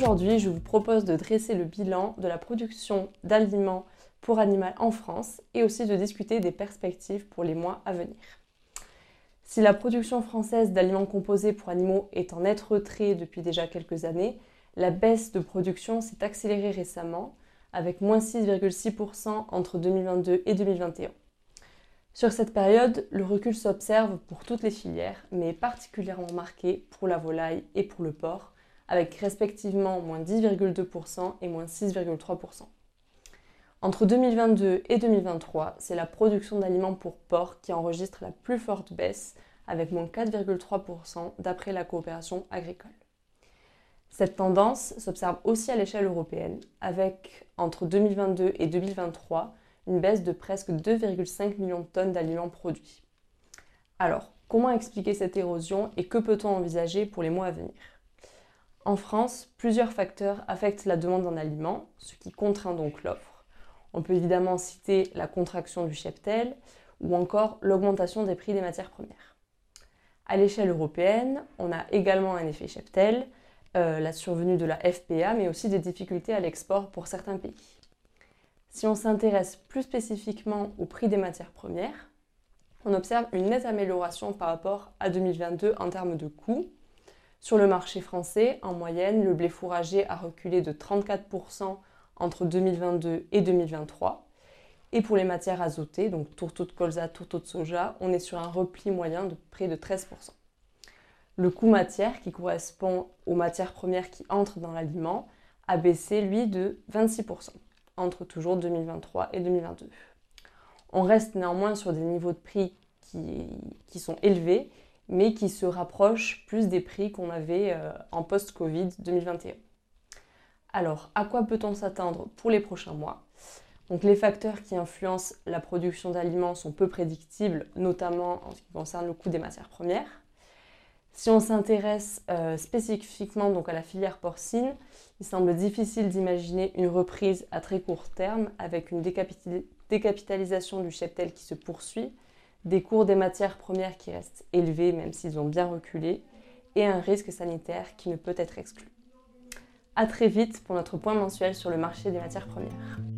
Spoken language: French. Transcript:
Aujourd'hui, je vous propose de dresser le bilan de la production d'aliments pour animaux en France et aussi de discuter des perspectives pour les mois à venir. Si la production française d'aliments composés pour animaux est en net retrait depuis déjà quelques années, la baisse de production s'est accélérée récemment avec moins 6,6% entre 2022 et 2021. Sur cette période, le recul s'observe pour toutes les filières, mais est particulièrement marqué pour la volaille et pour le porc, avec respectivement moins 10,2% et moins 6,3%. Entre 2022 et 2023, c'est la production d'aliments pour porc qui enregistre la plus forte baisse, avec moins 4,3% d'après la coopération agricole. Cette tendance s'observe aussi à l'échelle européenne, avec entre 2022 et 2023, une baisse de presque 2,5 millions de tonnes d'aliments produits. Alors, comment expliquer cette érosion et que peut-on envisager pour les mois à venir ? En France, plusieurs facteurs affectent la demande en aliments, ce qui contraint donc l'offre. On peut évidemment citer la contraction du cheptel ou encore l'augmentation des prix des matières premières. À l'échelle européenne, on a également un effet cheptel, la survenue de la FPA, mais aussi des difficultés à l'export pour certains pays. Si on s'intéresse plus spécifiquement au prix des matières premières, on observe une nette amélioration par rapport à 2022 en termes de coûts. Sur le marché français, en moyenne, le blé fourragé a reculé de 34% entre 2022 et 2023. Et pour les matières azotées, donc tourteau de colza, tourteau de soja, on est sur un repli moyen de près de 13%. Le coût matière, qui correspond aux matières premières qui entrent dans l'aliment, a baissé, lui, de 26%, entre toujours 2023 et 2022. On reste néanmoins sur des niveaux de prix qui sont élevés, mais qui se rapprochent plus des prix qu'on avait en post-Covid 2021. Alors, à quoi peut-on s'attendre pour les prochains mois ? Donc, les facteurs qui influencent la production d'aliments sont peu prédictibles, notamment en ce qui concerne le coût des matières premières. Si on s'intéresse spécifiquement donc à la filière porcine, il semble difficile d'imaginer une reprise à très court terme avec une décapitalisation du cheptel qui se poursuit, des cours des matières premières qui restent élevés même s'ils ont bien reculé, et un risque sanitaire qui ne peut être exclu. À très vite pour notre point mensuel sur le marché des matières premières.